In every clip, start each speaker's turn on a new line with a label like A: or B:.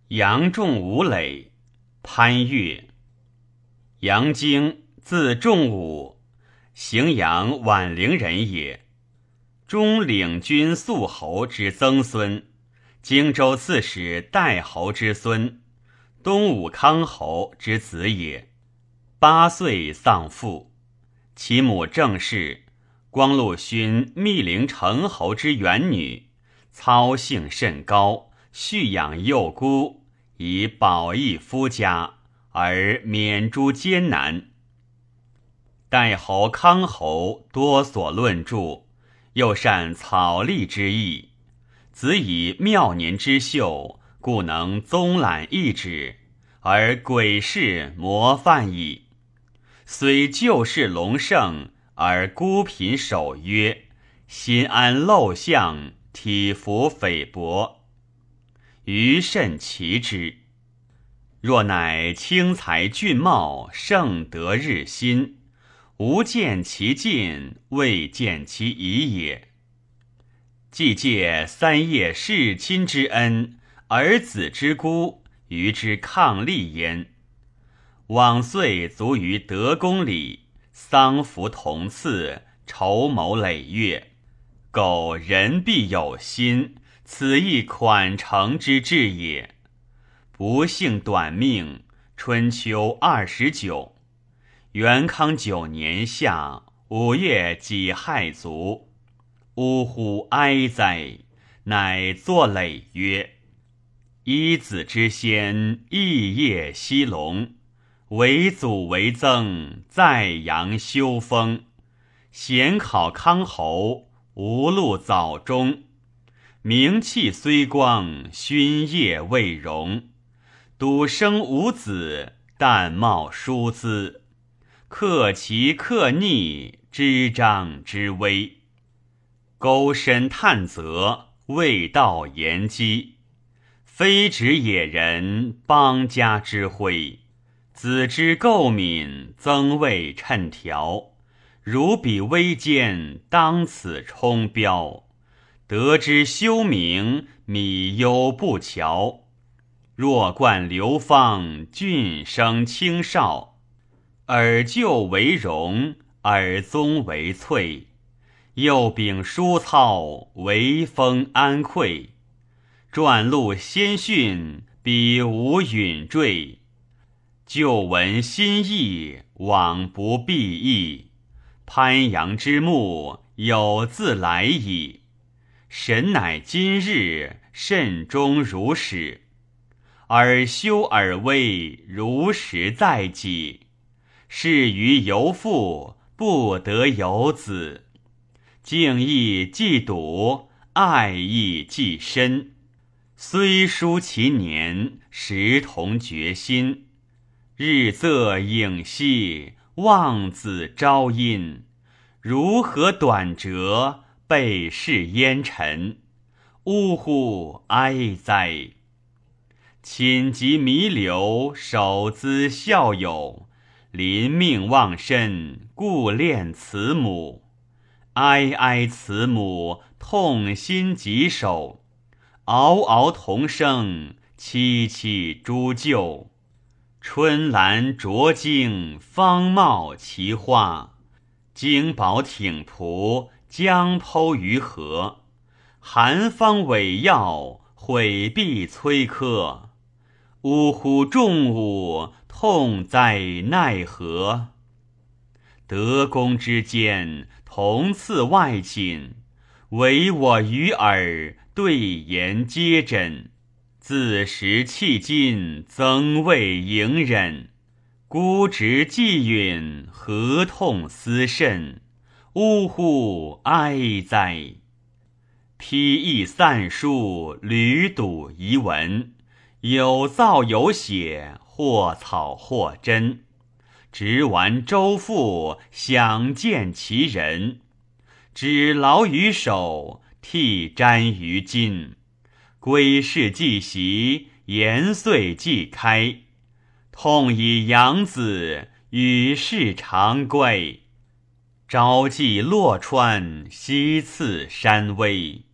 A: 杨仲武垒，潘岳。杨经，字仲武，荥阳宛陵人也。中领军肃侯之曾孙，荆州刺史代侯之孙，东武康侯之子也。8岁丧父，其母郑氏，光禄勋密陵城侯之元女，操性甚高，蓄养幼孤，以保益夫家，而免诸艰难。代侯康侯多所论著，又善草隶之艺，子以妙年之秀，故能宗览一旨，而诡事模范矣。虽旧事隆盛，而孤贫守约，心安陋巷，体服菲薄，余甚奇之。若乃轻才俊貌，盛德日新，吾见其进，未见其已也。既借3业世亲之恩，儿子之孤，与之抗力焉。往岁卒于德公里，丧服同赐，筹谋累月。苟人必有心，此亦款诚之至也。不幸短命，春秋29，元康9年夏5月己亥卒。呜呼哀哉！乃作累曰：一子之先，异业西隆。为祖为曾，在阳修风。贤考康侯，无禄早终。名气虽光，勋业未荣。笃生无子，但冒殊资。克其克逆，知章之威。钩深探责，未道言机。非止野人，邦家之徽。子之垢敏，曾未称调。如彼微贱，当此冲标。得之修明，米忧不乔。若冠流芳，俊生清少。尔旧为荣，尔宗为翠。幼秉书操，为风安愧。传录先训，彼无允坠。旧闻新义，往不必易。潘阳之墓，有自来矣。神乃今日，慎终如始。尔修尔威，如实在己。是于犹父，不得有子。敬意既笃，爱意既深。虽疏其年，时同决心。日仄影兮，望子朝阴。如何短折，备是烟尘。呜呼哀哉！寝疾弥留，守资孝友。临命忘身，故恋慈母。哀哀慈母，痛心疾首。嗷嗷童声，凄凄诸舅。春兰灼茎，芳茂其花。荆宝挺仆，将剖于河。寒方委药，悔必摧柯。呜呼仲武，痛哉奈何！德公之间，同赐外寝。唯我与尔，对言皆真。自食迄今，曾未隐忍。孤直既允，何痛思甚？呜呼哀哉！披易散书，屡睹遗文。有造有写，或草或真。执玩周父，想见其人。指劳于手，涕沾于襟。归世既习，延岁既开。痛以养子，与世长归。朝祭洛川，夕次山微。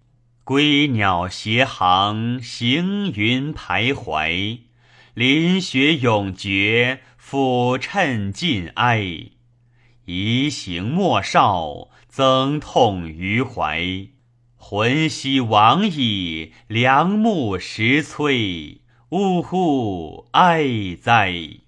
A: 归鸟斜行，行云徘徊。林雪永绝，俯衬尽哀。移形莫少，增痛于怀。魂兮往矣，良木实摧。呜呼哀哉！